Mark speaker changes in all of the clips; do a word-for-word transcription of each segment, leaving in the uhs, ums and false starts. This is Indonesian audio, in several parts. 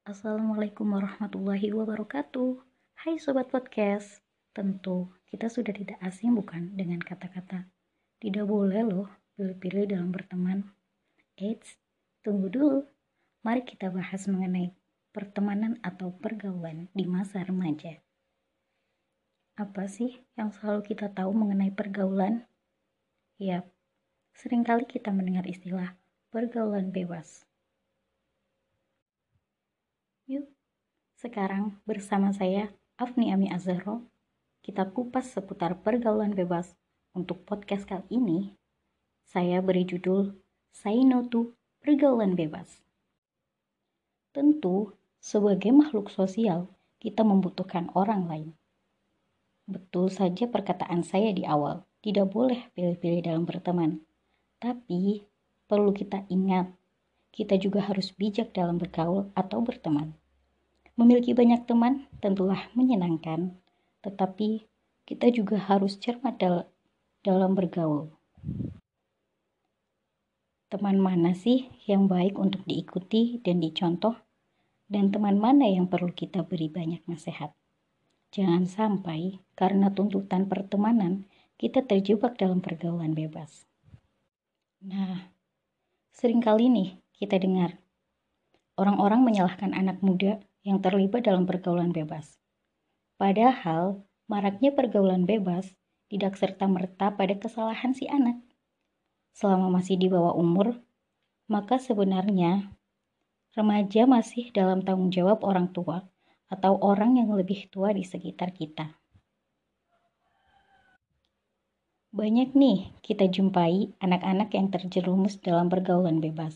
Speaker 1: Assalamualaikum warahmatullahi wabarakatuh. Hai Sobat Podcast. Tentu kita sudah tidak asing bukan dengan kata-kata tidak boleh loh pilih-pilih dalam berteman. Eits, tunggu dulu. Mari kita bahas mengenai pertemanan atau pergaulan di masa remaja. Apa sih yang selalu kita tahu mengenai pergaulan? Yap, seringkali kita mendengar istilah pergaulan bebas. Yuk, sekarang bersama saya, Afni Ami Azharo, kita kupas seputar pergaulan bebas. Untuk podcast kali ini, saya beri judul Say No to Pergaulan Bebas. Tentu, sebagai makhluk sosial, kita membutuhkan orang lain. Betul saja perkataan saya di awal, tidak boleh pilih-pilih dalam berteman. Tapi, perlu kita ingat, kita juga harus bijak dalam bergaul atau berteman. Memiliki banyak teman tentulah menyenangkan, tetapi kita juga harus cermat dal- dalam bergaul. Teman mana sih yang baik untuk diikuti dan dicontoh? Dan teman mana yang perlu kita beri banyak nasihat? Jangan sampai karena tuntutan pertemanan, kita terjebak dalam pergaulan bebas. Nah, seringkali nih kita dengar orang-orang menyalahkan anak muda yang terlibat dalam pergaulan bebas. Padahal, maraknya pergaulan bebas tidak serta-merta pada kesalahan si anak. Selama masih di bawah umur, maka sebenarnya remaja masih dalam tanggung jawab orang tua atau orang yang lebih tua di sekitar kita. Banyak nih kita jumpai anak-anak yang terjerumus dalam pergaulan bebas.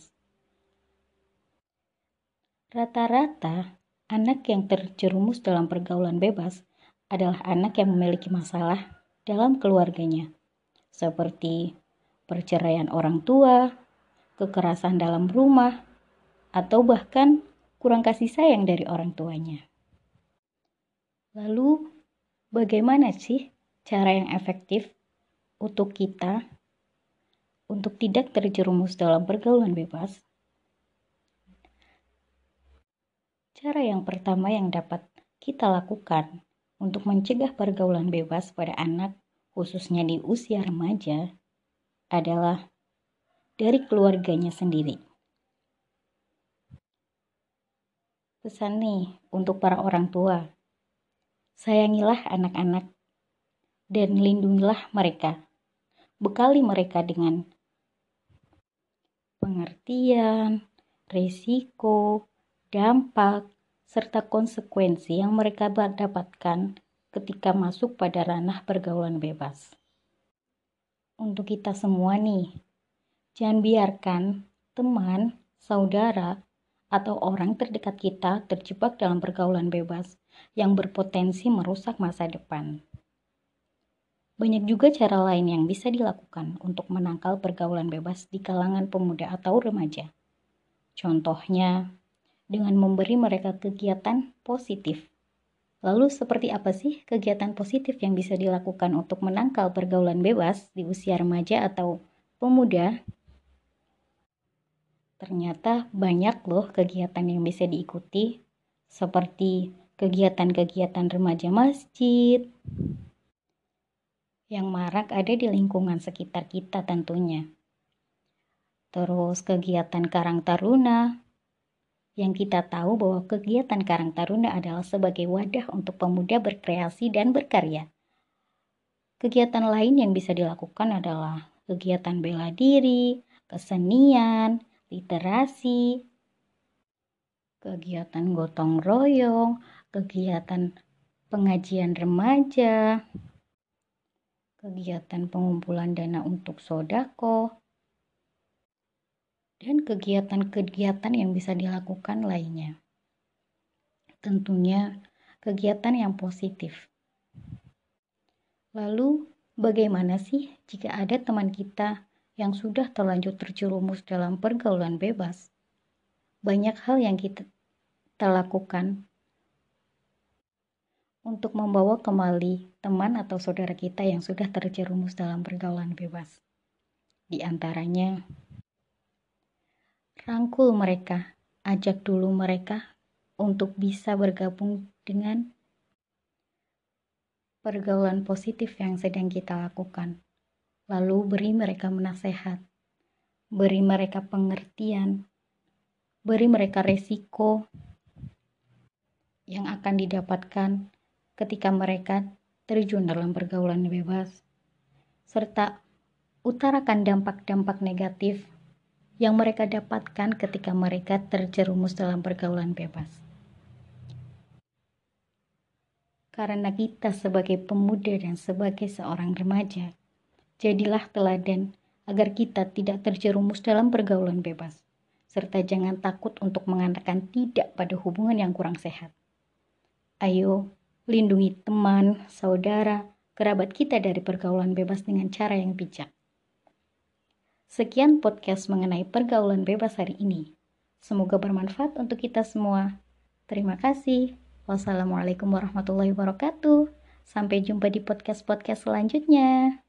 Speaker 1: Rata-rata, anak yang terjerumus dalam pergaulan bebas adalah anak yang memiliki masalah dalam keluarganya, seperti perceraian orang tua, kekerasan dalam rumah, atau bahkan kurang kasih sayang dari orang tuanya. Lalu, bagaimana sih cara yang efektif untuk kita untuk tidak terjerumus dalam pergaulan bebas? Cara yang pertama yang dapat kita lakukan untuk mencegah pergaulan bebas pada anak, khususnya di usia remaja, adalah dari keluarganya sendiri. Pesan nih untuk para orang tua, sayangilah anak-anak dan lindungilah mereka. Bekali mereka dengan pengertian, risiko, dampak, serta konsekuensi yang mereka dapatkan ketika masuk pada ranah pergaulan bebas. Untuk kita semua nih, jangan biarkan teman, saudara, atau orang terdekat kita terjebak dalam pergaulan bebas yang berpotensi merusak masa depan. Banyak juga cara lain yang bisa dilakukan untuk menangkal pergaulan bebas di kalangan pemuda atau remaja. Contohnya, dengan memberi mereka kegiatan positif. Lalu seperti apa sih kegiatan positif yang bisa dilakukan untuk menangkal pergaulan bebas di usia remaja atau pemuda? Ternyata banyak loh kegiatan yang bisa diikuti, seperti kegiatan-kegiatan remaja masjid, yang marak ada di lingkungan sekitar kita tentunya. Terus kegiatan Karang Taruna, yang kita tahu bahwa kegiatan Karang Taruna adalah sebagai wadah untuk pemuda berkreasi dan berkarya. Kegiatan lain yang bisa dilakukan adalah kegiatan bela diri, kesenian, literasi, kegiatan gotong royong, kegiatan pengajian remaja, kegiatan pengumpulan dana untuk sodako, dan kegiatan-kegiatan yang bisa dilakukan lainnya. Tentunya kegiatan yang positif. Lalu, bagaimana sih jika ada teman kita yang sudah terlanjur terjerumus dalam pergaulan bebas? Banyak hal yang kita lakukan untuk membawa kembali teman atau saudara kita yang sudah terjerumus dalam pergaulan bebas. Di antaranya, rangkul mereka, ajak dulu mereka untuk bisa bergabung dengan pergaulan positif yang sedang kita lakukan. Lalu beri mereka nasihat, beri mereka pengertian, beri mereka resiko yang akan didapatkan ketika mereka terjun dalam pergaulan bebas, serta utarakan dampak-dampak negatif yang mereka dapatkan ketika mereka terjerumus dalam pergaulan bebas. Karena kita sebagai pemuda dan sebagai seorang remaja, jadilah teladan agar kita tidak terjerumus dalam pergaulan bebas, serta jangan takut untuk mengatakan tidak pada hubungan yang kurang sehat. Ayo, lindungi teman, saudara, kerabat kita dari pergaulan bebas dengan cara yang bijak. Sekian podcast mengenai pergaulan bebas hari ini. Semoga bermanfaat untuk kita semua. Terima kasih. Wassalamualaikum warahmatullahi wabarakatuh. Sampai jumpa di podcast-podcast selanjutnya.